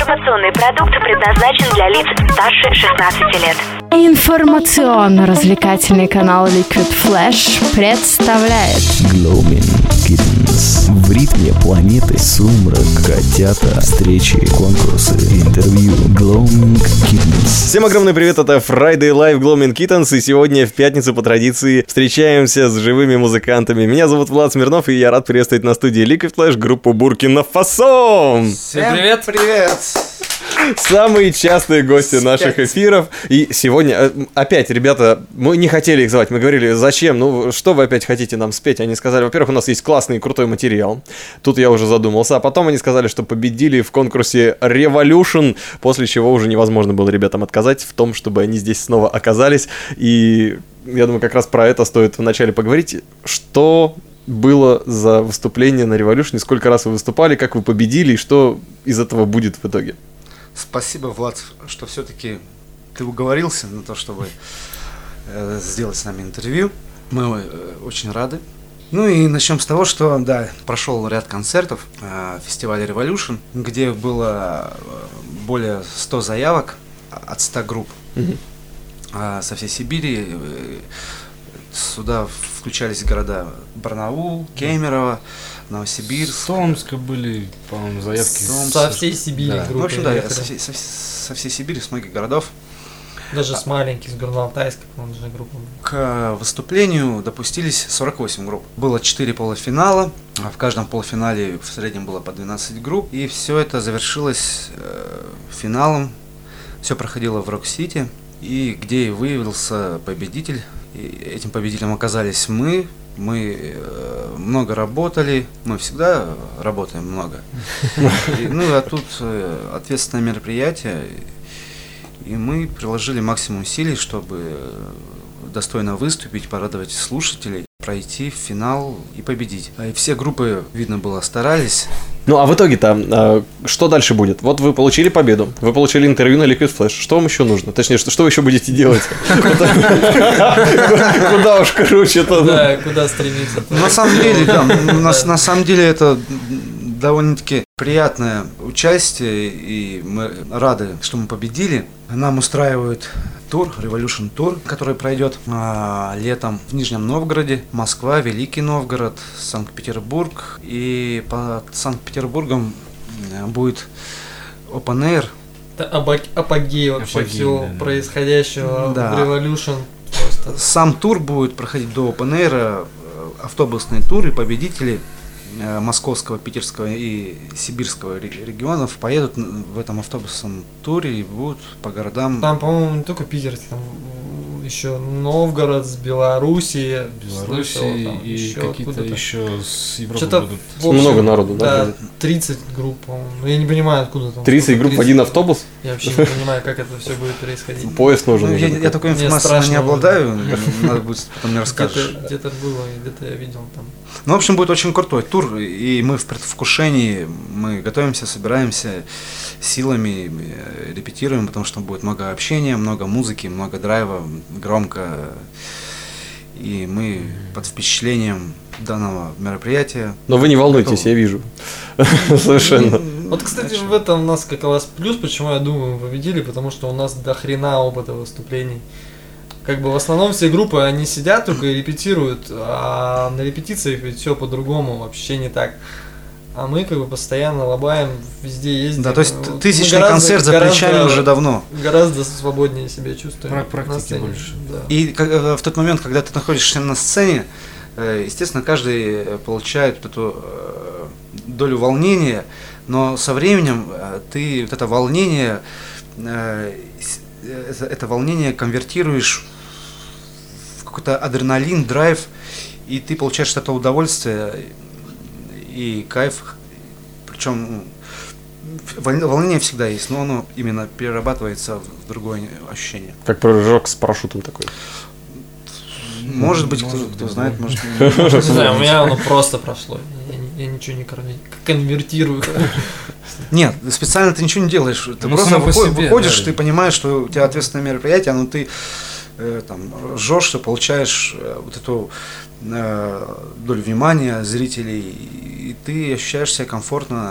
Информационный продукт предназначен для лиц старше 16 лет. Информационно-развлекательный канал Liquid Flash представляет Glowing Kittens. В ритме планеты сумрак, котята, встречи, конкурсы, интервью. Glowing Kittens. Всем огромный привет, это Friday Live Glowing Kittens, и сегодня в пятницу по традиции встречаемся с живыми музыкантами. Меня зовут Влад Смирнов, и я рад приветствовать на студии Liquid Flash группу Буркина Фасо. Всем привет! Привет! Самые частые гости наших эфиров. И сегодня, опять, ребята, мы не хотели их звать. Мы говорили, зачем? Ну, что вы опять хотите нам спеть? Они сказали, во-первых, у нас есть классный и крутой материал. Тут я уже задумался. А потом они сказали, что победили в конкурсе Revolution, после чего уже невозможно было ребятам отказать в том, чтобы они здесь снова оказались. И я думаю, как раз про это стоит вначале поговорить. Что было за выступление на Revolution? Сколько раз вы выступали? Как вы победили? И что из этого будет в итоге? Спасибо, Влад, что все-таки ты уговорился на то, чтобы сделать с нами интервью. Мы очень рады. Ну и начнем с того, что, да, прошел ряд концертов фестиваля Revolution, где было более 100 заявок от 100 групп со всей Сибири. Сюда включались города Барнаул, Кемерово, Новосибирск. Томска были, по-моему, заявки. Со всей Сибири да. группы. Ну, в общем, да, со всей Сибири, с многих городов. Даже с маленьких, с Горно-Алтайска, по-моему, даже группа. К выступлению допустились 48 групп. Было 4 полуфинала, в каждом полуфинале в среднем было по 12 групп. И все это завершилось финалом. Все проходило в Рок-Сити, и где и выявился победитель. И этим победителем оказались мы. Мы много работали, мы всегда работаем много. А тут ответственное мероприятие, и мы приложили максимум усилий, чтобы достойно выступить, порадовать слушателей, пройти в финал и победить. И все группы, видно было, старались. Ну, а в итоге-то, что дальше будет? Вот вы получили победу, вы получили интервью на Liquid Flash. Что вам еще нужно? Точнее, что вы еще будете делать? Куда уж круче-то? Да, куда стремиться? На самом деле, да, на самом деле это довольно-таки приятное участие, и мы рады, что мы победили. Нам устраивают тур, Revolution Tour, который пройдет летом в Нижнем Новгороде, Москва, Великий Новгород, Санкт-Петербург. И под Санкт-Петербургом будет Open Air. Это апогей вообще всего происходящего в Revolution. Просто. Сам тур будет проходить до Open Air, автобусные туры, победители московского, питерского и сибирского регионов поедут в этом автобусном туре и будут по городам. Там, по-моему, не только Питер, там еще Новгород с Белоруссии, и еще какие-то еще с Европы будут. Много народу, да? Да, 30 групп, по-моему. Я не понимаю, откуда там. 30 групп в один автобус? Я вообще не понимаю, как это все будет происходить. Поезд нужен. Я такой информацией не обладаю, надо будет потом мне расскажешь. Где-то было, где-то я видел там. Ну, в общем, будет очень крутой тур, и мы в предвкушении, мы готовимся, собираемся силами, репетируем, потому что будет много общения, много музыки, много драйва, громко, и мы под впечатлением данного мероприятия. Но вы не волнуйтесь, я вижу. Совершенно. Вот, кстати, в этом у нас как раз плюс, почему я думаю, мы победили, потому что у нас до хрена опыта выступлений. Как бы в основном все группы, они сидят только и репетируют, а на репетициях ведь все по-другому, вообще не так. А мы как бы постоянно лобаем, везде ездим. Да, то есть тысячный концерт за плечами уже давно. Гораздо свободнее себя чувствуем. Практики больше. Да. И в тот момент, когда ты находишься на сцене, естественно, каждый получает вот эту долю волнения, но со временем ты вот это волнение конвертируешь в какой-то адреналин, драйв, и ты получаешь это удовольствие и кайф. Причем волнение всегда есть, но оно именно перерабатывается в другое ощущение. Как прыжок с парашютом такой. Может быть, кто знает, может. Не знаю, у меня оно просто прошло. Я ничего не конвертирую. Нет, специально ты ничего не делаешь. Ты просто выходишь, ты понимаешь, что у тебя ответственное мероприятие, но ты там ржешь, ты получаешь вот эту долю внимания зрителей, и ты ощущаешь себя комфортно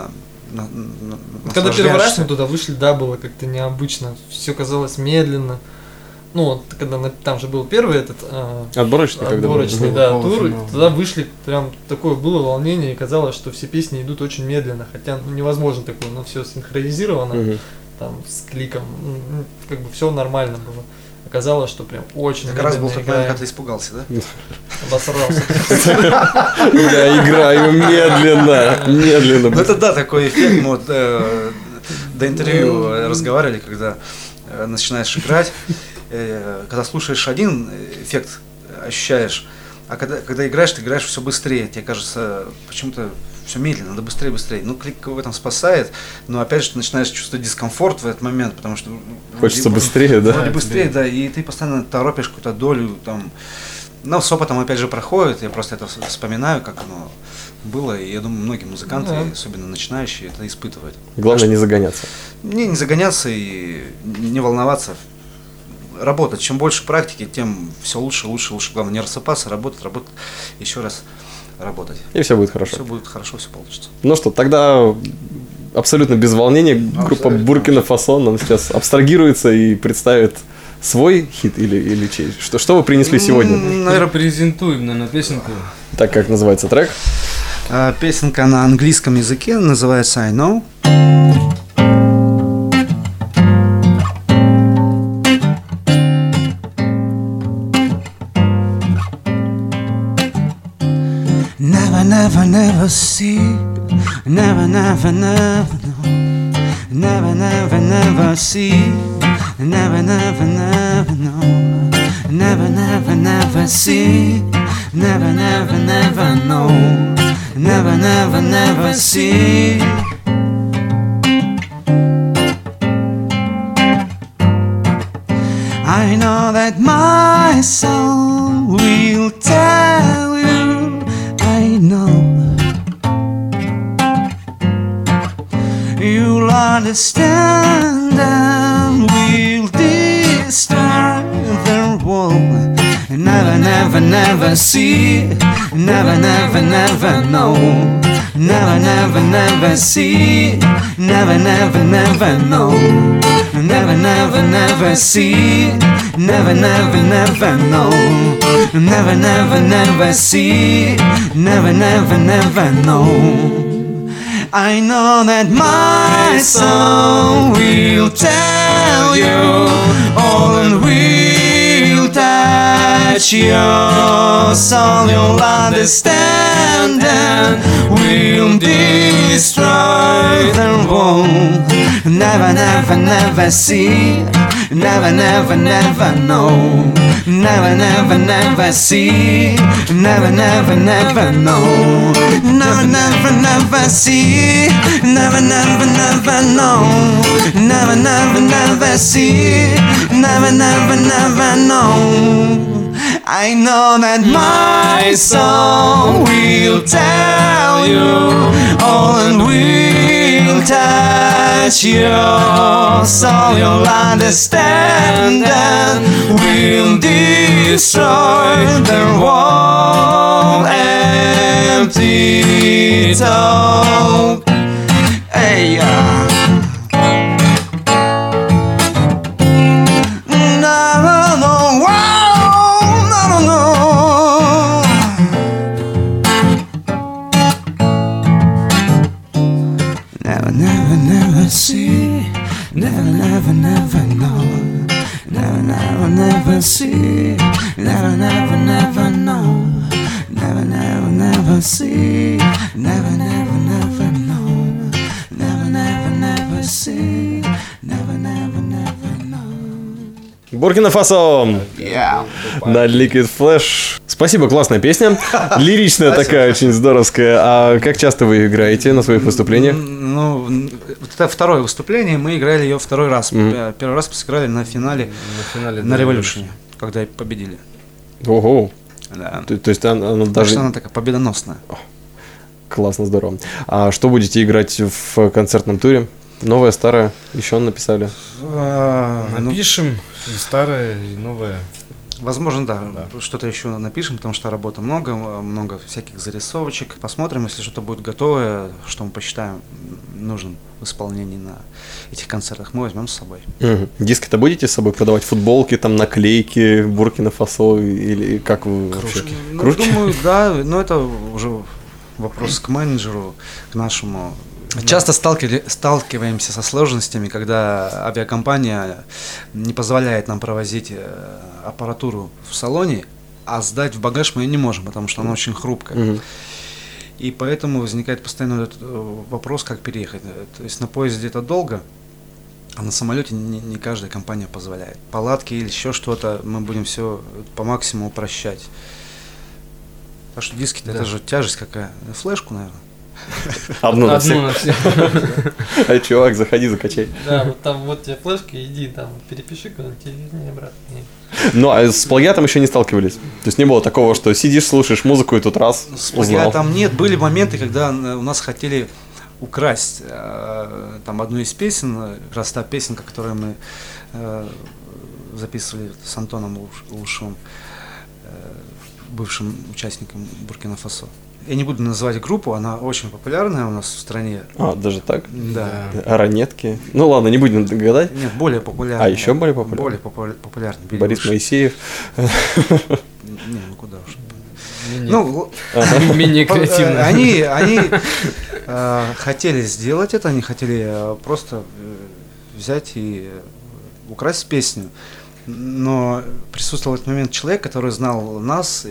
Когда первый раз мы туда вышли, да, было как-то необычно. Все казалось медленно. Ну, вот, когда там же был первый этот отборочный, да, тур, и туда вышли, прям такое было волнение, и казалось, что все песни идут очень медленно, хотя невозможно такое, но все синхронизировано, там, с кликом, как бы все нормально было. Оказалось, что прям очень как раз был тот момент, когда ты испугался, да? Обосрался. Я играю медленно. Ну это да, такой эффект, мы вот до интервью разговаривали, когда начинаешь играть, когда слушаешь один эффект ощущаешь, а когда играешь, ты играешь все быстрее, тебе кажется почему-то все медленно, да быстрее. Ну, клик в этом спасает, но опять же ты начинаешь чувствовать дискомфорт в этот момент, потому что хочется быстрее, да? Вроде быстрее, да, и ты постоянно торопишь какую-то долю там. Но с опытом опять же проходит, я просто это вспоминаю, как оно было, и я думаю, многие музыканты, особенно начинающие, это испытывают. Главное не загоняться. Не загоняться и не волноваться. Работать. Чем больше практики, тем все лучше. Главное не рассыпаться, работать, еще раз работать. И все будет хорошо. Все будет хорошо, все получится. Ну что, тогда абсолютно без волнения группа Буркина Фасо нам сейчас абстрагируется и представит свой хит или чей? Что вы принесли сегодня? Наверное, презентуем, наверное, песенку. Так, как называется трек? Песенка на английском языке называется I Know. Never see, never know, never see, never know, never see, never know, never see. I know that my soul will tell you, I know. You'll understand and will destroy the world. Never see, never know. Never see, never know. Never see, never know. Never see, never know. I know that my soul will tell you all and will touch your soul. You'll understand and will destroy the world. Never see, never know. Never see, never know. Never see, never know. Never see, never know. I know that my soul will tell you all and will touch your soul. You'll understand and will destroy the wall. Empty talk. Hey, Never see, never know. Never see, never know. Never see, never know. Never see, never know. Буркина Фасо на Liquid Flash. Спасибо, классная песня. Лиричная такая, очень здоровская. А как часто вы играете на своих выступлениях? Ну, это второе выступление, мы играли ее второй раз. Первый раз сыграли на финале на Revolution, когда победили. Ого. Да. То есть она даже... Она такая победоносная. Классно, здорово. А что будете играть в концертном туре? Новое, старое? Еще написали? Напишем и старое, и новое. Возможно, да. Что-то еще напишем, потому что работы много всяких зарисовочек. Посмотрим, если что-то будет готовое, что мы посчитаем нужным в исполнении на этих концертах, мы возьмем с собой. Диски-то будете с собой продавать? Футболки, там, наклейки, Буркина-Фасо или как вы вообще? Кружки? Думаю, да, но это уже вопрос к менеджеру, к нашему. Часто сталкиваемся со сложностями, когда авиакомпания не позволяет нам провозить аппаратуру в салоне, а сдать в багаж мы ее не можем, потому что она очень хрупкая. И поэтому возникает постоянно этот вопрос, как переехать. То есть на поезде это долго, а на самолете не каждая компания позволяет. Палатки или еще что-то, мы будем все по максимуму упрощать. Так что диски, это же тяжесть какая. Флешку, наверное. Одну на всех. А чувак, заходи, закачай. Да, вот там вот тебе флешки, иди там перепиши куда-нибудь, не обратно. Ну, а с плагиатом еще не сталкивались? То есть не было такого, что сидишь, слушаешь музыку и тут раз с узнал? Там нет. Были моменты, когда у нас хотели украсть там одну из песен, как раз та песенка, которую мы записывали с Антоном Лушевым, бывшим участником Буркина-Фасо. Я не буду называть группу, она очень популярная у нас в стране. А, даже так? Да. Ранетки. Ну ладно, не будем гадать. Нет, более популярная. А еще более популярная? Более популярная. Борис Моисеев. Не, ну куда уж. Менее креативно. Они хотели сделать это, они хотели просто взять и украсть песню. Но присутствовал в этот момент человек, который знал нас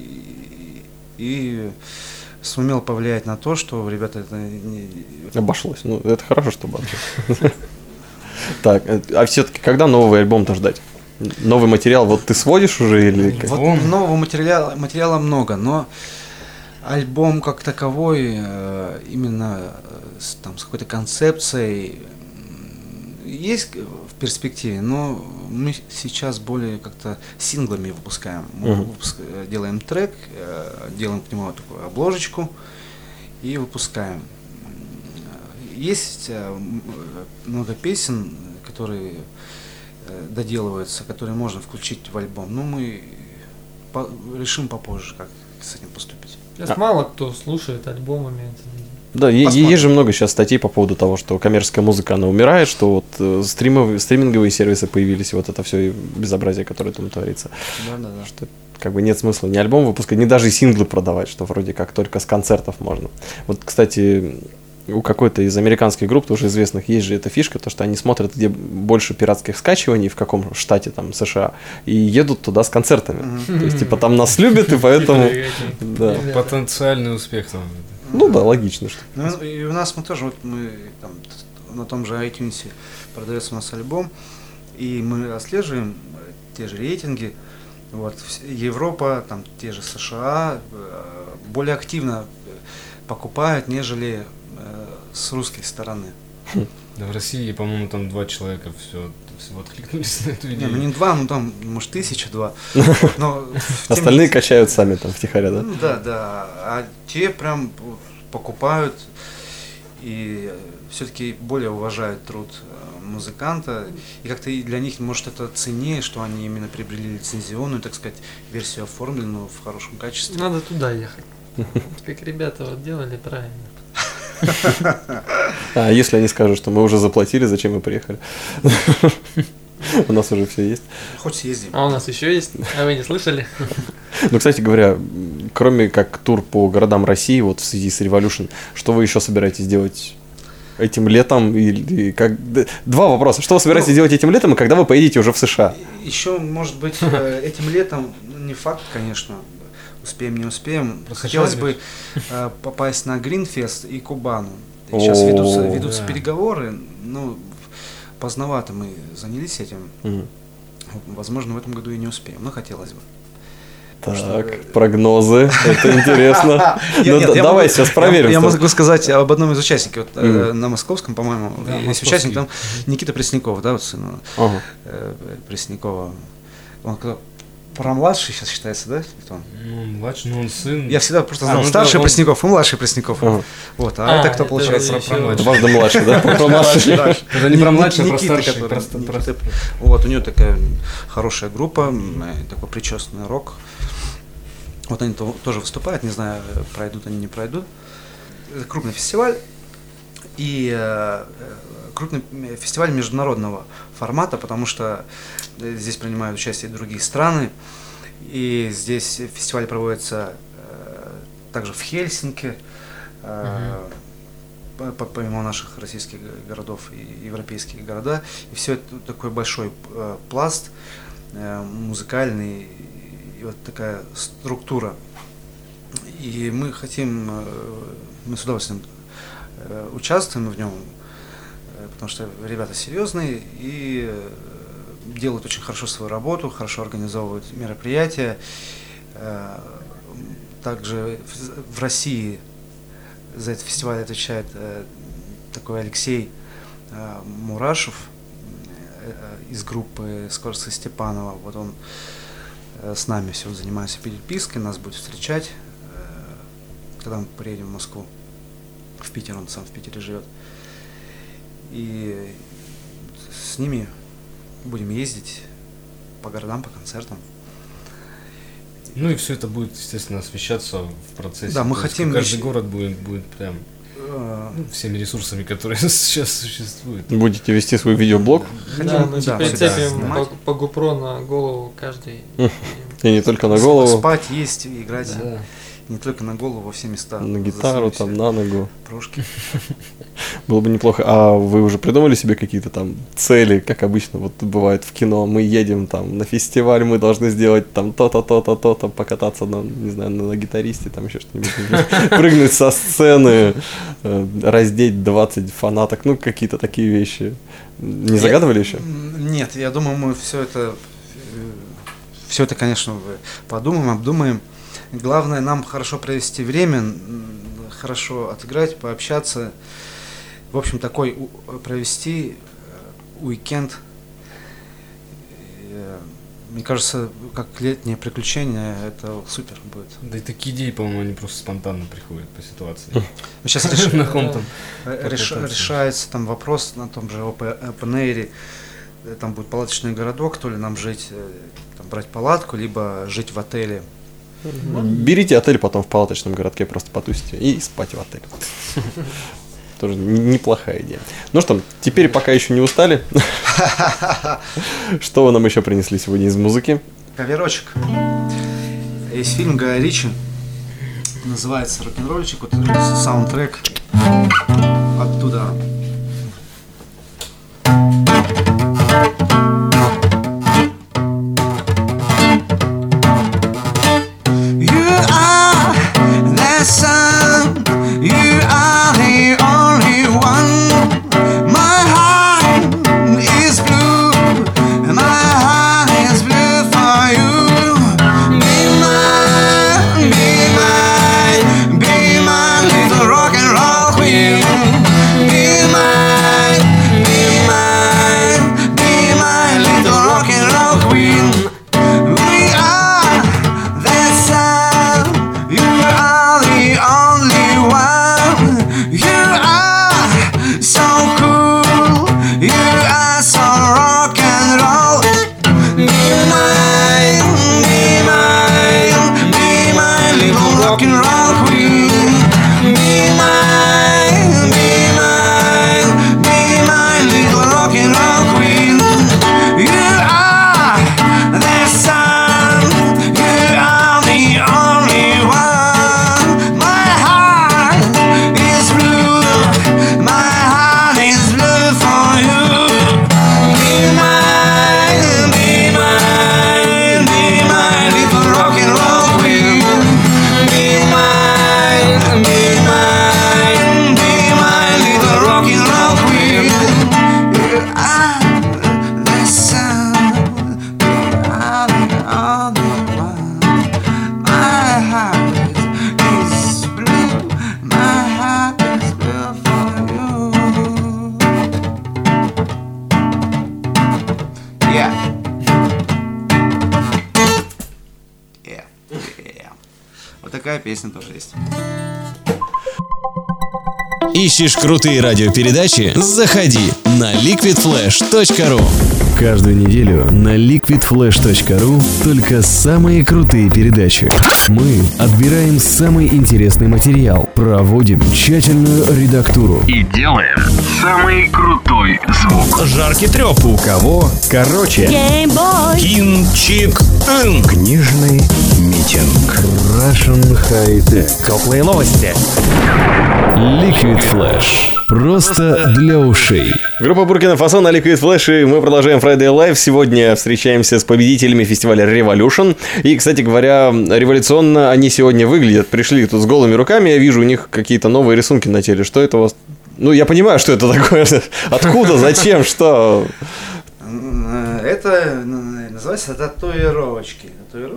и сумел повлиять на то, что ребята это не... Обошлось. Ну, это хорошо, что обошлось. Так, а все-таки когда новый альбом-то ждать? Новый материал вот ты сводишь уже или как? Вот нового материала много, но альбом как таковой, именно с какой-то концепцией, есть в перспективе, но мы сейчас более как-то синглами выпускаем. Мы делаем трек, делаем к нему такую обложечку и выпускаем. Есть много песен, которые доделываются, которые можно включить в альбом, но мы решим попозже, как с этим поступить. Сейчас мало кто слушает альбомами. Да, есть же много сейчас статей по поводу того, что коммерческая музыка, она умирает, что вот стриминговые сервисы появились, и вот это все безобразие, которое там творится. Да. Что как бы нет смысла ни альбом выпускать, ни даже синглы продавать, что вроде как только с концертов можно. Вот, кстати, у какой-то из американских групп, тоже известных, есть же эта фишка, то что они смотрят, где больше пиратских скачиваний, в каком штате там США, и едут туда с концертами. То есть, типа, там нас любят, и поэтому... Потенциальный успех там. Ну да, логично. Что. Ну, и у нас мы тоже, вот мы там, на том же iTunes продается у нас альбом, и мы отслеживаем те же рейтинги. Вот, Европа, там те же США более активно покупают, нежели с русской стороны. Да, в России, по-моему, там 2 человека все откликнулись на эту идею. Не, не 2, ну там, может, 1002. Остальные качают сами там втихаря, да? Да. А те прям покупают и все-таки более уважают труд музыканта. И как-то для них, может, это ценнее, что они именно приобрели лицензионную, так сказать, версию оформленную в хорошем качестве. Надо туда ехать. Как ребята вот делали правильно. А если они скажут, что мы уже заплатили, зачем мы приехали? У нас уже все есть. Хоть съездим. А у нас еще есть? А вы не слышали? Ну, кстати говоря, кроме как тур по городам России, вот в связи с Revolution, что вы еще собираетесь делать этим летом? Или как... Два вопроса. Что вы собираетесь делать этим летом и когда вы поедете уже в США? Еще, может быть, этим летом, не факт, конечно, успеем, не успеем. Хотелось бы попасть на Гринфест и Кубану. Сейчас ведутся переговоры, но поздновато мы занялись этим. Возможно, в этом году и не успеем, но хотелось бы. Так, прогнозы, это интересно. Давай сейчас проверим. Я могу сказать об одном из участников. На Московском, по-моему, есть участник, там Никита Пресняков, да, вот сын Преснякова. Он Промладший сейчас считается, да? Кто он? Ну, младший, ну он сын. Я всегда просто знал ну старший да, он- Пресняков и младший Пресняков. Ага. Вот, это кто это получается? еще- Дважды младший, да? Про младший. Это не про младший, а про Никита, старший. который- Просто, Никита. просто. Вот, у него такая хорошая группа, такой причесанный рок. Вот они тоже выступают, не знаю, пройдут они, не пройдут. Это крупный фестиваль. И крупный фестиваль международного формата, потому что здесь принимают участие другие страны. И здесь фестиваль проводится также в Хельсинки, помимо наших российских городов и европейских города. И все это такой большой пласт музыкальный, и вот такая структура. И мы хотим, мы с удовольствием участвуем в нем, потому что ребята серьезные и делают очень хорошо свою работу, хорошо организовывают мероприятия. Также в России за этот фестиваль отвечает такой Алексей Мурашев из группы Скорца Степанова. Вот он с нами все занимается перепиской, нас будет встречать, когда мы приедем в Москву. В Питер, он сам в Питере живет. И с ними будем ездить по городам, по концертам. Ну и все это будет, естественно, освещаться в процессе. Да, мы То есть хотим каждый еще- город будет прям всеми ресурсами, которые сейчас существуют. Будете вести свой видеоблог, Да, мы да, теперь всегда цепим снимать. по GoPro на голову каждый. и не только на голову, Спать, есть, играть. Да. Не только на голову, во все места. на гитару, Засунуть там, все на ногу. Прошки. Было бы неплохо. А вы уже придумали себе какие-то там цели, как обычно вот бывает в кино? Мы едем там на фестиваль, мы должны сделать там то-то, то-то, то-то, покататься на, не знаю, на гитаристе, там еще что-нибудь, прыгнуть со сцены, раздеть 20 фанаток, ну какие-то такие вещи. Не загадывали еще? Нет, я думаю, мы все это, конечно, подумаем, обдумаем. Главное нам хорошо провести время, хорошо отыграть, пообщаться. В общем, такой провести уикенд. Мне кажется, как летнее приключение, это супер будет. Да и такие идеи, по-моему, они просто спонтанно приходят по ситуации. Сейчас На каком-то. решается там вопрос на том же Open Air. Там будет палаточный городок, то ли нам жить, там, брать палатку, либо жить в отеле. Берите отель потом в палаточном городке, просто потусите и спать в отеле. Тоже неплохая идея. Ну что, теперь пока еще не устали. Что вы нам еще принесли сегодня из музыки? Коверочек. Есть фильм Гая Ричи, называется «Рок-н-ролльчик», вот саундтрек оттуда. You are the sun, you are the only one. My heart is blue, my heart is blue for you. Be my little rock and roll queen. Be my little rock and roll queen. We are the sun, you are the only one. You are so cool, you are so rock and roll. Be my little rock and roll queen. Be my little rock and roll queen. You are the sun, you are the only one. My heart is blue, my heart is blue for you. Be my little rock and roll queen. Be my little rock and roll queen. You are the sun, you are the only one. My heart is blue, my heart is blue for you. Yeah. такая песня тоже есть. Ищешь крутые радиопередачи? Заходи на liquidflash.ru. Каждую неделю на liquidflash.ru только самые крутые передачи. Мы отбираем самый интересный материал, проводим тщательную редактуру И делаем самый крутой звук. Жаркий трёп. У кого короче. Кинчик. Книжный митинг. Russian High Tech. Теплые новости. Liquid Flash. Просто для ушей. Группа Буркина Фасо на Liquid Flash, и мы продолжаем Friday Live. Сегодня встречаемся с победителями фестиваля Revolution. И, кстати говоря, революционно они сегодня выглядят. Пришли тут с голыми руками, я вижу у них какие-то новые рисунки на теле. Что это у вас? Ну, я понимаю, что это такое. Откуда, зачем, что? Это называется татуировочки.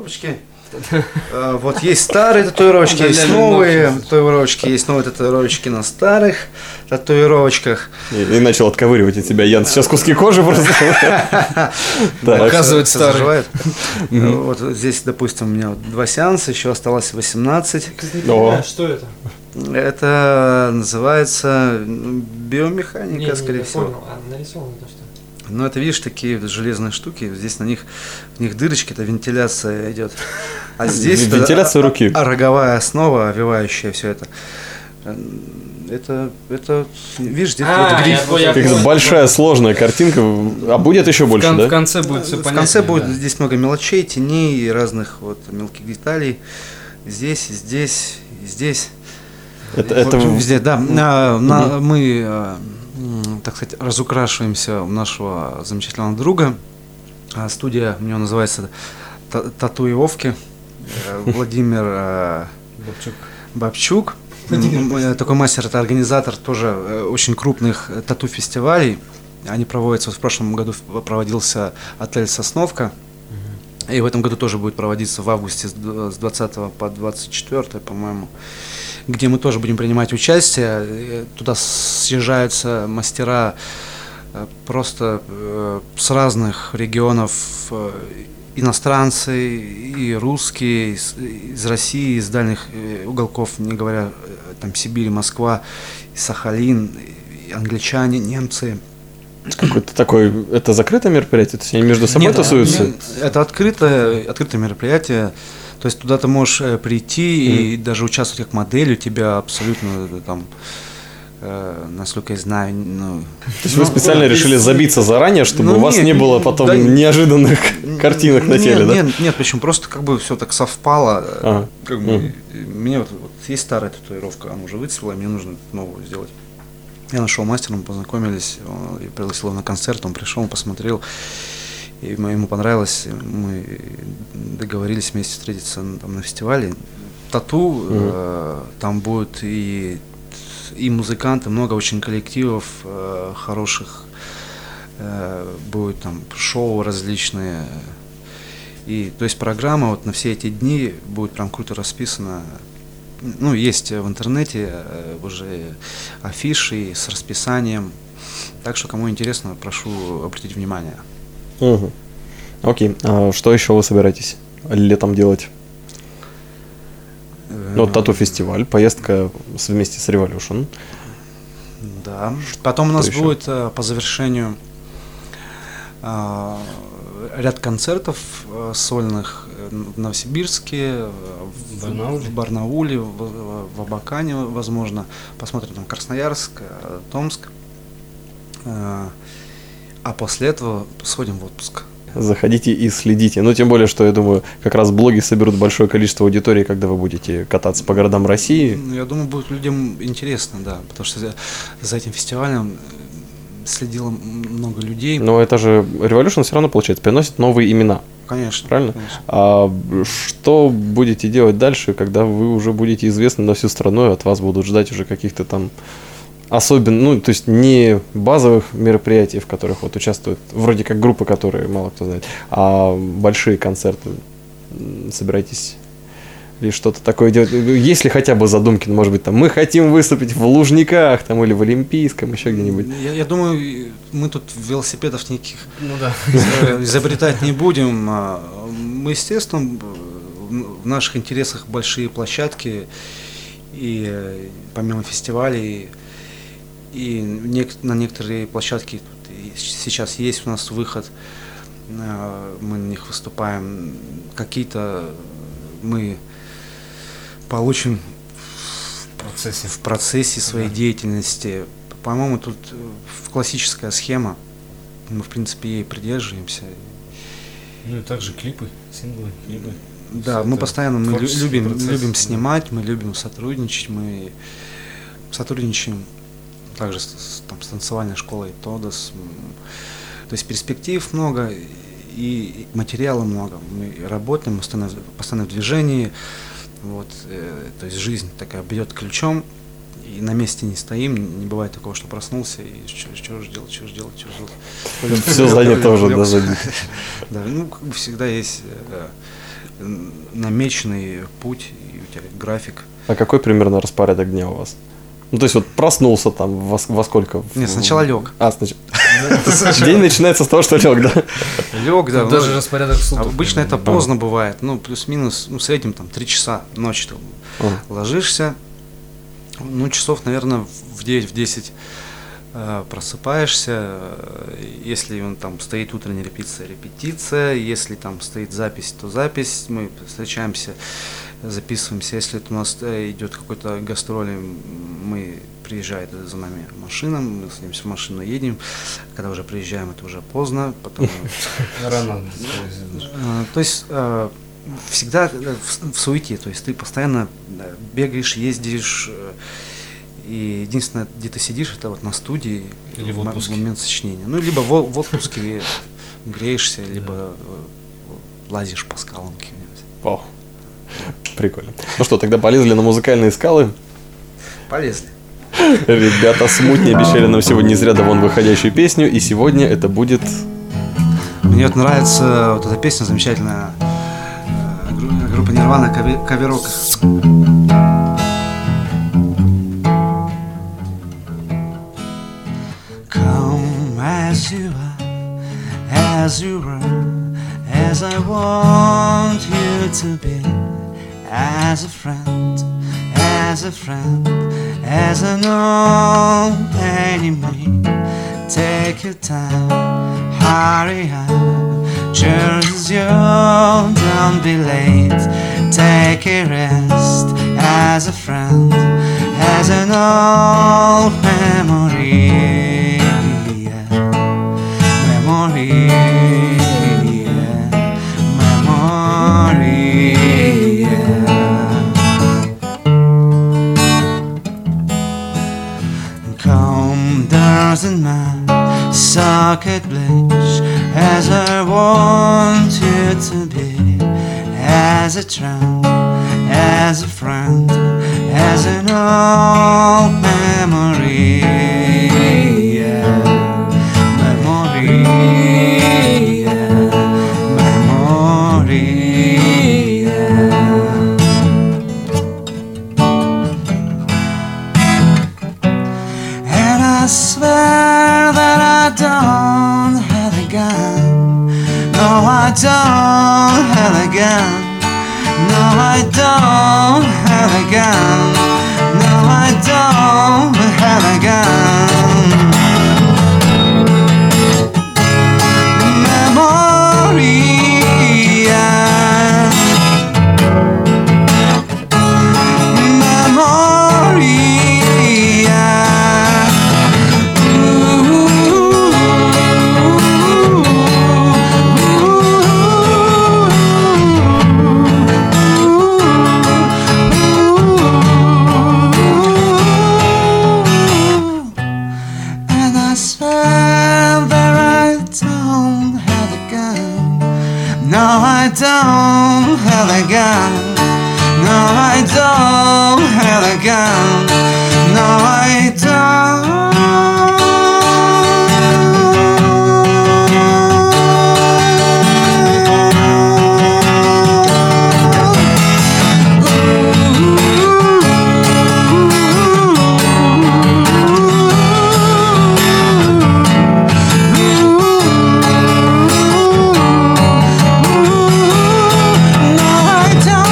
Вот есть старые татуировочки, есть новые татуировочки, есть новые татуировочки на старых татуировочках. И начал отковыривать от себя Ян. Сейчас куски кожи просто. Показывает старые. Вот здесь, допустим, у меня 2 сеанса, еще осталось 18. Что это? Это называется биомеханика, скорее всего. Понял. А нарисовано то что? Ну, это, видишь, такие железные штуки. Здесь в них дырочки, это вентиляция идет. А здесь вентиляция руки. Роговая основа, овивающая все это. Это, видишь, здесь вот гриф. Как большая сложная картинка. А будет еще больше, да? В конце будет все понятно. В конце будет здесь много мелочей, теней и разных вот мелких деталей. Здесь, и здесь, и здесь. Это везде, да. Мы, так сказать, разукрашиваемся у нашего замечательного друга. Студия у него называется «Татуировки». Владимир Бабчук. Такой мастер, это организатор тоже очень крупных тату-фестивалей. Они проводятся, вот в прошлом году проводился отель «Сосновка». И в этом году тоже будет проводиться в августе с 20 по 24, по-моему, где мы тоже будем принимать участие. Туда съезжаются мастера просто с разных регионов, иностранцы и русские, из России, из дальних уголков, не говоря там Сибирь, Москва, Сахалин, англичане, немцы. Какое-то такое, это закрытое мероприятие? То есть они между собой тусуются? Нет, это открытое мероприятие. То есть туда ты можешь прийти и даже участвовать как модель, у тебя абсолютно там, насколько я знаю, То есть вы специально решили забиться заранее, чтобы у вас не было потом неожиданных картинок на теле, да? Нет, почему? Просто как бы все так совпало. Мне вот есть старая татуировка, она уже выцвела, мне нужно новую сделать. Я нашел мастера, мы познакомились, я пригласил его на концерт, он пришел, он посмотрел, и ему понравилось, мы договорились вместе встретиться там на фестивале. Тату, там будут и музыканты, много очень коллективов хороших, будут там шоу различные, и то есть программа вот на все эти дни будет прям круто расписана. Ну, есть в интернете уже афиши с расписанием. Так что, кому интересно, прошу обратить внимание. Окей. А что еще вы собираетесь летом делать? Ну, тату-фестиваль, поездка вместе с Revolution. Да. Потом у нас будет по завершению ряд концертов сольных в Новосибирске, в Барнауле, в Абакане, возможно. Посмотрим там Красноярск, Томск. А после этого сходим в отпуск. Заходите и следите. Ну, тем более, что, я думаю, как раз блоги соберут большое количество аудитории, когда вы будете кататься по городам России. Я думаю, будет людям интересно, да, потому что за этим фестивалем следило много людей. Но это же Revolution все равно, получается, приносит новые имена. Конечно. Правильно? Конечно. А что будете делать дальше, когда вы уже будете известны на всю страну, и от вас будут ждать уже каких-то там особенно, ну, то есть не базовых мероприятий, в которых вот участвуют вроде как группы, которые мало кто знает, а большие концерты? Собираетесь ли что-то такое делать? Есть ли хотя бы задумки, ну, может быть, там мы хотим выступить в Лужниках там, или в Олимпийском, еще где-нибудь? Я думаю, мы тут велосипедов никаких изобретать не будем. Мы, естественно, в наших интересах большие площадки, и помимо фестивалей, и на некоторые площадки сейчас есть у нас выход, мы на них выступаем, какие-то мы получим в процессе своей деятельности. По-моему, тут классическая схема, мы в принципе ей придерживаемся. Ну и также клипы, синглы, клипы. Да, мы постоянно любим снимать, мы любим сотрудничать, мы сотрудничаем также с танцевальной школой Тодос. То есть перспектив много и материала много. Мы работаем, мы постоянно в движении. Вот, то есть жизнь такая бьет ключом, и на месте не стоим, не бывает такого, что проснулся и что же делать. Все занято уже, да, занято. Да, ну, как бы всегда есть намеченный путь, и у тебя график. А какой примерно распорядок дня у вас? Ну, то есть вот проснулся там во сколько? Нет, сначала лег. День начинается с того, что лег, да? Лег, да. Даже распорядок суток. Обычно это поздно бывает, ну, плюс-минус, в среднем там 3 часа ночи ты ложишься, ну, часов, наверное, в 9-10 просыпаешься, если он там стоит утренняя репетиция, если там стоит запись, то запись, мы встречаемся, записываемся, если это у нас идет какой-то гастроли, мы приезжает за нами машина, мы садимся в машину, едем, когда уже приезжаем, это уже поздно, потом... Рано. То есть всегда в суете, то есть ты постоянно бегаешь, ездишь, и единственное, где ты сидишь, это вот на студии или в момент сочинения. Ну, либо в отпуске греешься, либо лазишь по скалам каким-нибудь. О, прикольно. Ну что, тогда полезли на музыкальные скалы? Полезли. Ребята смутни обещали нам сегодня из ряда вон выходящую песню, и сегодня это будет... Мне вот нравится вот эта песня замечательная, группа Nirvana «Каверок». Come as you are, as you were, as I want you to be, as a friend, as an old enemy. Take your time, hurry up, choose your, don't be late. Take a rest, as a friend, as an old memory. Come, doesn't matter, socket bleach, as I want you to be, as a trend, as a friend, as an old memory. I swear that I don't have a gun. No, I don't have a gun. No, I don't have a gun. No, I don't have a gun. Don't have a gun. No, I don't have a gun. No, I don't. No, I don't.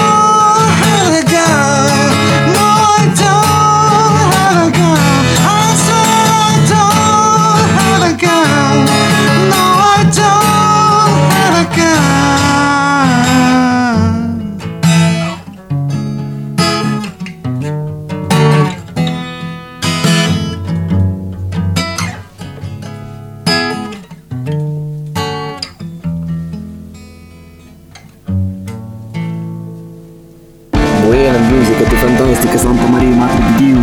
музыка, ты фантастика, Санта Мария, Матрик, Дьюс.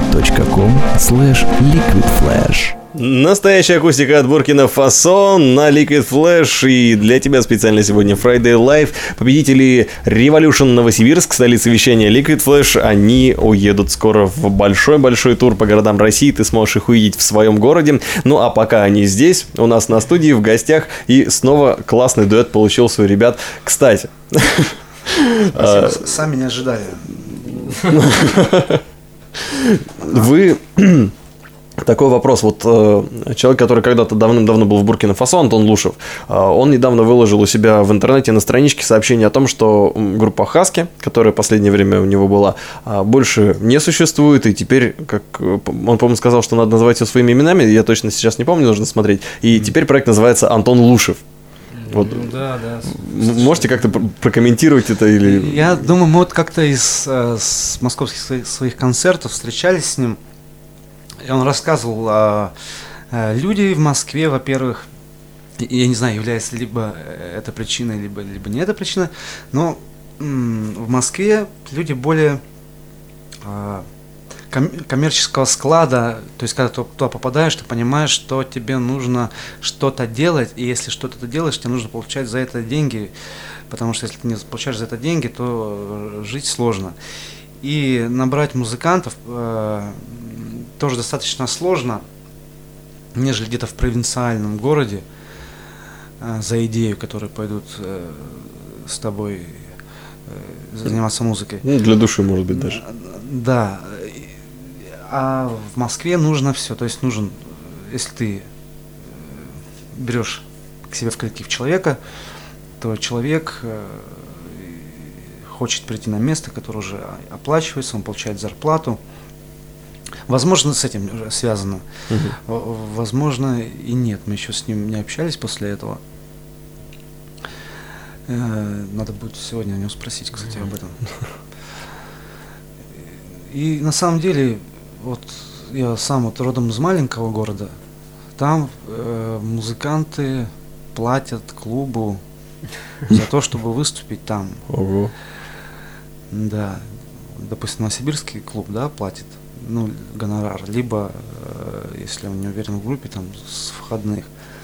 vk.com/liquidflash. Настоящая акустика от Буркина-Фасо на Liquid Flash. И для тебя специально сегодня Friday Live. Победители Revolution Новосибирск, столица вещания Liquid Flash, они уедут скоро в большой-большой тур по городам России. Ты сможешь их увидеть в своем городе. Ну а пока они здесь, у нас на студии, в гостях. И снова классный дуэт получился у ребят. Кстати. Спасибо, сами не ожидали. Вы... Такой вопрос. Вот человек, который когда-то давным-давно был в Буркина-Фасо, Антон Лушев, он недавно выложил у себя в интернете на страничке сообщение о том, что группа Хаски, которая в последнее время у него была, больше не существует, и теперь, как он, по-моему, сказал, что надо называть все своими именами, я точно сейчас не помню, нужно смотреть, и теперь проект называется «Антон Лушев». Вот. Да. Можете как-то прокомментировать это? Или... Я думаю, мы вот как-то с московских своих концертов встречались с ним. И он рассказывал люди в Москве, во-первых, я не знаю, является либо это причиной, либо не это причина, но в Москве люди более коммерческого склада, то есть когда ты туда попадаешь, ты понимаешь, что тебе нужно что-то делать, и если что-то ты делаешь, тебе нужно получать за это деньги, потому что если ты не получаешь за это деньги, то жить сложно. И набрать музыкантов тоже достаточно сложно, нежели где-то в провинциальном городе за идею, которые пойдут с тобой заниматься музыкой. Ну, для души, может быть, даже. Да. А в Москве нужно все. То есть нужен, если ты берешь к себе в коллектив человека, то человек хочет прийти на место, которое уже оплачивается, он получает зарплату. Возможно, с этим связано. Возможно, и нет. Мы еще с ним не общались после этого. Надо будет сегодня у него спросить, кстати, об этом. И на самом деле, вот я сам вот родом из маленького города. Там музыканты платят клубу за то, чтобы выступить там. Ого. Да. Допустим, Новосибирский клуб, да, платит. Ну, гонорар, либо, если он не уверен в группе, там, с входных.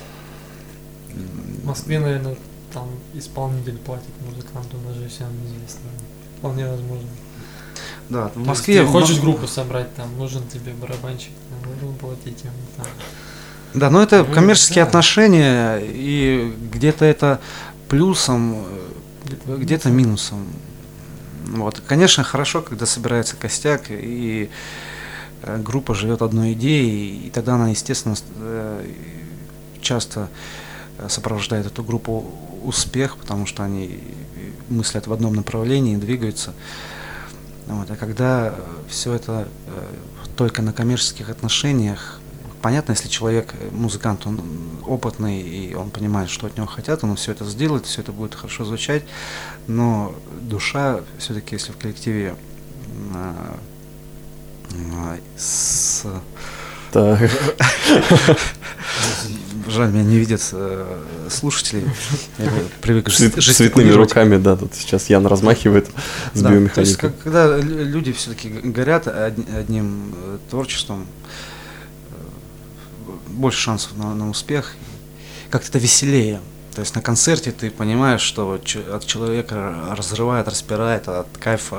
В Москве, наверное, там исполнитель платит музыканту, даже всем известно. Вполне возможно. Да, в Москве. Если ты хочешь группу собрать, там, нужен тебе барабанщик, там, нужно платить ему. Там. Да, но это коммерческие отношения, и где-то это плюсом, где-то минусом. Вот. Конечно, хорошо, когда собирается костяк, и группа живет одной идеей, и тогда она, естественно, часто сопровождает эту группу успех, потому что они мыслят в одном направлении, двигаются. Вот. А когда все это только на коммерческих отношениях, понятно, если человек, музыкант, он опытный, и он понимает, что от него хотят, он все это сделает, все это будет хорошо звучать, но душа, все-таки, если в коллективе Жаль, меня не видят слушатели. Я привык цветными руками, да, тут сейчас Ян размахивает с биомеханикой. То есть, когда люди все-таки горят одним творчеством, больше шансов на успех, как-то это веселее. То есть на концерте ты понимаешь, что от человека разрывает, распирает от кайфа,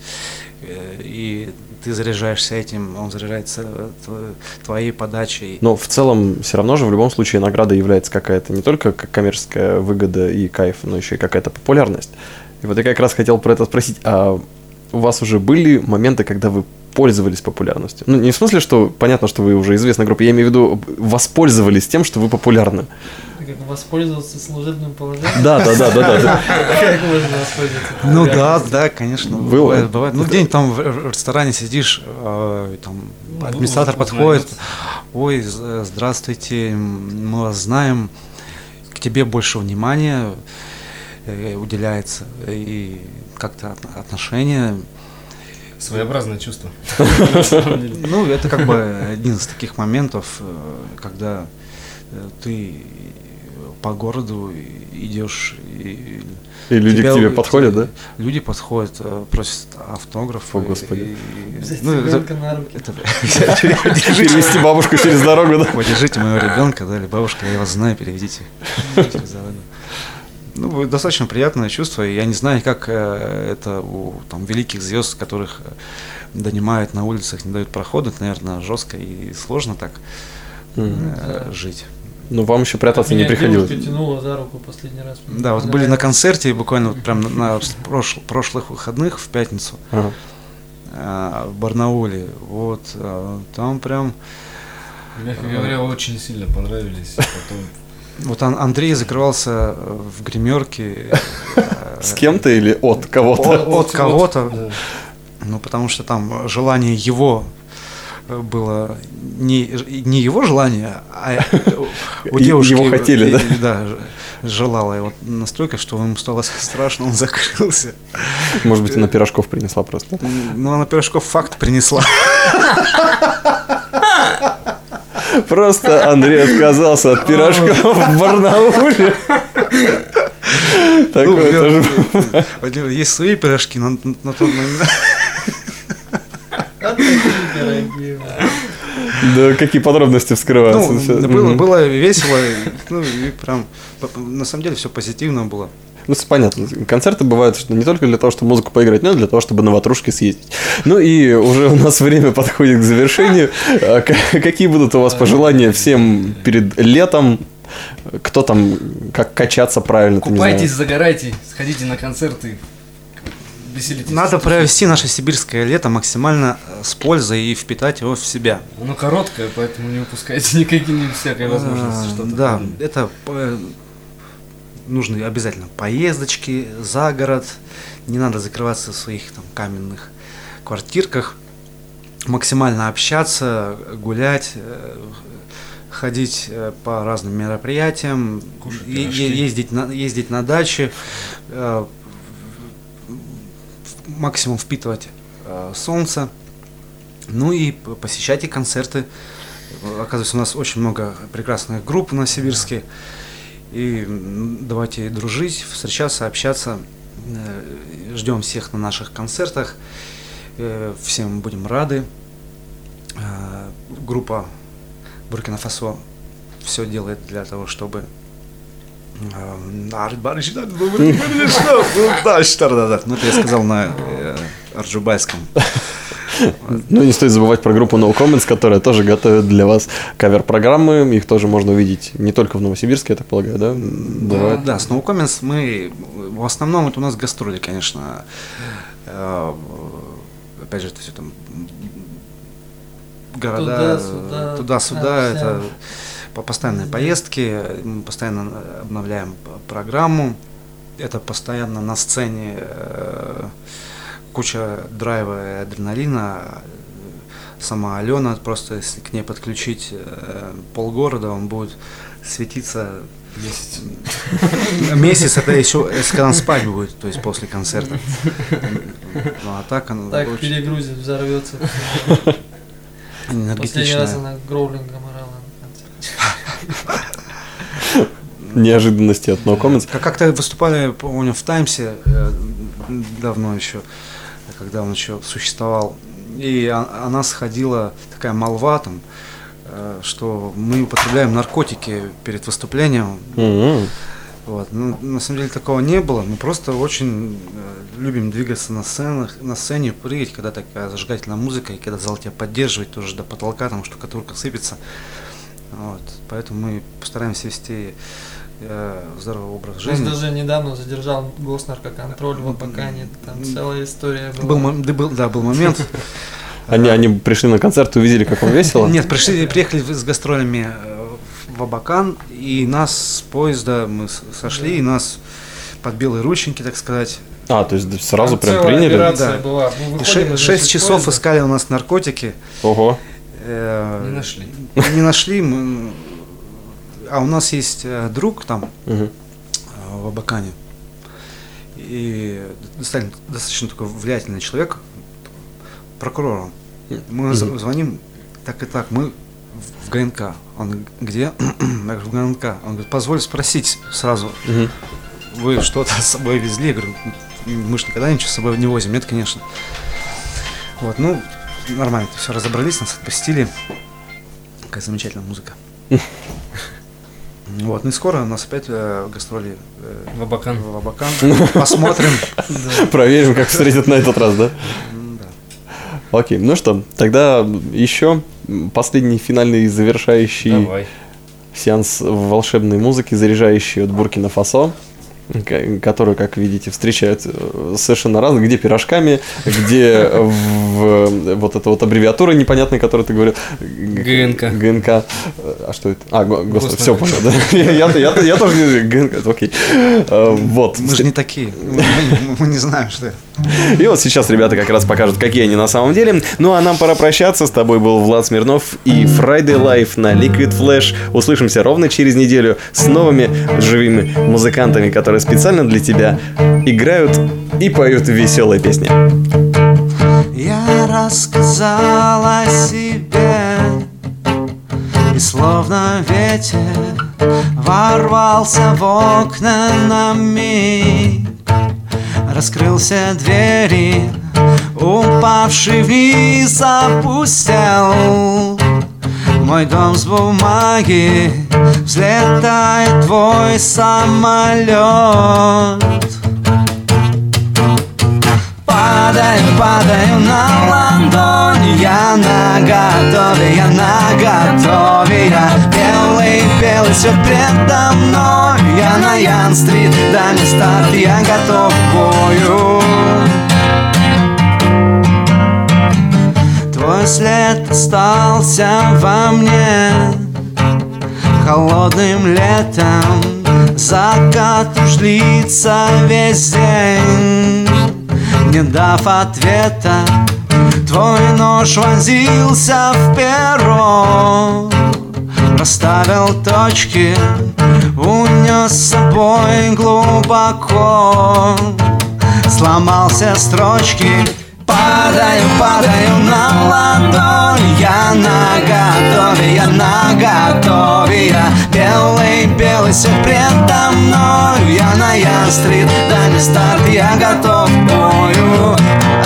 и ты заряжаешься этим, он заряжается твоей подачей. Но в целом все равно же в любом случае награда является какая-то не только коммерческая выгода и кайф, но еще и какая-то популярность. И вот я как раз хотел про это спросить, а у вас уже были моменты, когда вы пользовались популярностью? Ну, не в смысле, что понятно, что вы уже известная группа, я имею в виду, воспользовались тем, что вы популярны. Как воспользоваться служебным положением? Да. Как можно воспользоваться? Ну да, конечно. Бывает. Ну, день там в ресторане сидишь, там администратор подходит, ой, здравствуйте, мы вас знаем, к тебе больше внимания уделяется, и как-то отношения. Своеобразное чувство. Ну, это как бы один из таких моментов, когда ты по городу идешь и люди к тебе подходят, да? Люди подходят, просят автограф. О, Господи. Взять ребенка на руки. Перевести бабушку через дорогу, да? Подержите моего ребенка, да, или бабушка, я вас знаю, переведите через дорогу. Ну, достаточно приятное чувство. И я не знаю, как это у там, великих звезд, которых донимают на улицах, не дают прохода. Это, наверное, жестко и сложно так жить. Ну, вам еще прятаться не приходилось. Девушка тянула за руку последний раз. Да, вот были на концерте, буквально вот прям на прошлых выходных в пятницу в Барнауле. Вот, там прям... Мягко говоря, очень сильно понравились. Потом... Вот Андрей закрывался в гримерке. С кем-то или от кого-то? От кого-то. Ну, потому что там желание его было не его желание, а у девушки... Его хотели, да? Да, желала его настолько, что ему стало страшно, он закрылся. Может быть, она пирожков принесла просто? Ну, она пирожков факт принесла. Просто Андрей отказался от пирожков в Барнауле. Такое тоже. Есть свои пирожки, но на тот момент... Да, какие подробности вскрываются. Было весело, ну и прям, на самом деле все позитивно было. Ну, понятно. Концерты бывают, что не только для того, чтобы музыку поиграть, но и для того, чтобы на ватрушке съездить. Ну и уже у нас время подходит к завершению. Какие будут у вас пожелания всем перед летом? Кто там, как качаться правильно? Купайтесь, загорайте, сходите на концерты. Веселитесь. Надо провести наше сибирское лето максимально с пользой и впитать его в себя. Оно короткое, поэтому не упускайте никакие всякой возможности что-то. Да, это нужны обязательно поездочки за город. Не надо закрываться в своих там каменных квартирках. Максимально общаться, гулять, ходить по разным мероприятиям, ездить на дачи, максимум впитывать солнце, ну и посещайте концерты. Оказывается, у нас очень много прекрасных групп в Новосибирске, и давайте дружить, встречаться, общаться. Ждем всех на наших концертах, всем будем рады. Группа Буркина-Фасо все делает для того, чтобы ну, это я сказал на арджубайском. Ну, не стоит забывать про группу No Comments, которая тоже готовит для вас кавер-программы. Их тоже можно увидеть не только в Новосибирске, я так полагаю, да? Бывает? Да, с No Comments мы... В основном это у нас гастроли, конечно. Опять же, это все там... Города, туда-сюда. Это постоянные поездки. Мы постоянно обновляем программу. Это постоянно на сцене... Куча драйва и адреналина. Сама Алена, просто если к ней подключить полгорода, он будет светиться месяц. Это еще, если когда он спать будет, то есть после концерта. Ну а так оно... Так перегрузит, взорвется. Последний раз она гроулингом орала на концерте. Неожиданности от No Comments. Как-то выступали, помню, в Таймсе давно еще, когда он еще существовал, и о нас ходила такая молва там, что мы употребляем наркотики перед выступлением. Вот. Ну, на самом деле такого не было, мы просто очень любим двигаться на сцене, прыгать, когда такая зажигательная музыка, и когда зал тебя поддерживает тоже до потолка, там штукатурка сыпется. Вот. Поэтому мы постараемся вести здоровый образ жизни. Нас даже недавно задержал госнаркоконтроль в Абакане, там целая история была. Был момент. Они пришли на концерт и увидели, как он весело? Нет, приехали с гастролями в Абакан, и нас с поезда, мы сошли, и нас под белые рученьки, так сказать. То есть сразу прям приняли? Да. Была. 6 часов искали у нас наркотики. Ого. Не нашли. А у нас есть друг там, в Абакане, и достаточно такой влиятельный человек, прокурор. Мы звоним, так и так, мы в ГНК. Он где? Я говорю, в ГНК. Он говорит, позволь спросить сразу. Вы что-то с собой везли? Я говорю, мы же никогда ничего с собой не возим. Нет, конечно. Вот, ну, нормально, все разобрались, нас отпустили. Какая замечательная музыка. Вот, ну и скоро у нас опять гастроли В Абакан. Посмотрим. Проверим, как встретят на этот раз, да? Да. Окей, ну что, тогда еще последний финальный завершающий сеанс волшебной музыки, заряжающий от Буркина-Фасо, которую, как видите, встречают совершенно разно, где пирожками, где вот эта вот аббревиатура непонятная, которую ты говорил. ГНК. А что это? Господи, все понял, да? Я тоже не ГНК, окей. Вот. Мы же не такие, мы не знаем, что это. И вот сейчас ребята как раз покажут, какие они на самом деле. Ну а нам пора прощаться. С тобой был Влад Смирнов и Friday Live на Liquid Flash. Услышимся ровно через неделю с новыми живыми музыкантами, которые специально для тебя играют и поют веселые песни. Я рассказал о себе, и словно ветер ворвался в окна на миг. Раскрылся двери, упавший вниз опустел. Мой дом с бумаги, взлетает твой самолет. Падаю на ладонь, я наготове, белый свет предо мной. Я на Ян-стрит, дальний старт, я готов к бою. Твой след остался во мне холодным летом. Закат уж длится весь день. Не дав ответа, твой нож вонзился в перо. Расставил точки, унес с собой глубоко. Сломался строчки. Падаю на ладонь. Я наготове, белый свет предо мной. Я на Ян-стрит, дальний старт, я готов к бою.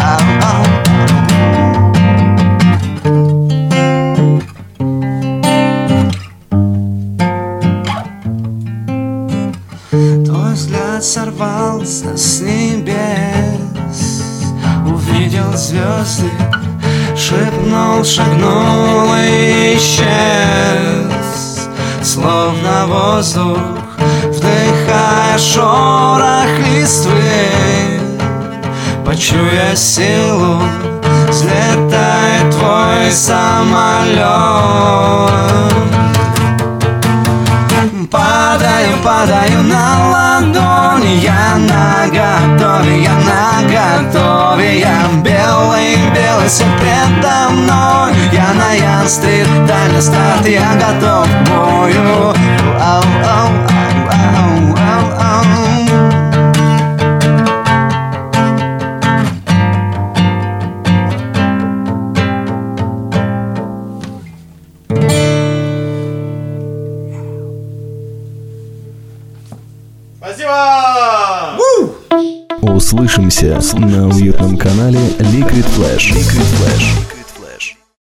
Твой взгляд сорвался с небес, увидел звезды, шепнул, шагнул и исчез. Словно воздух, вдыхая шорох листвы, почуя силу, взлетает твой самолет. Падаю на ладони, я наготове, белый свет предо мной. Я на Ян-стрит, дальний старт, я готов к бою. Услышимся на уютном канале Liquid Flash.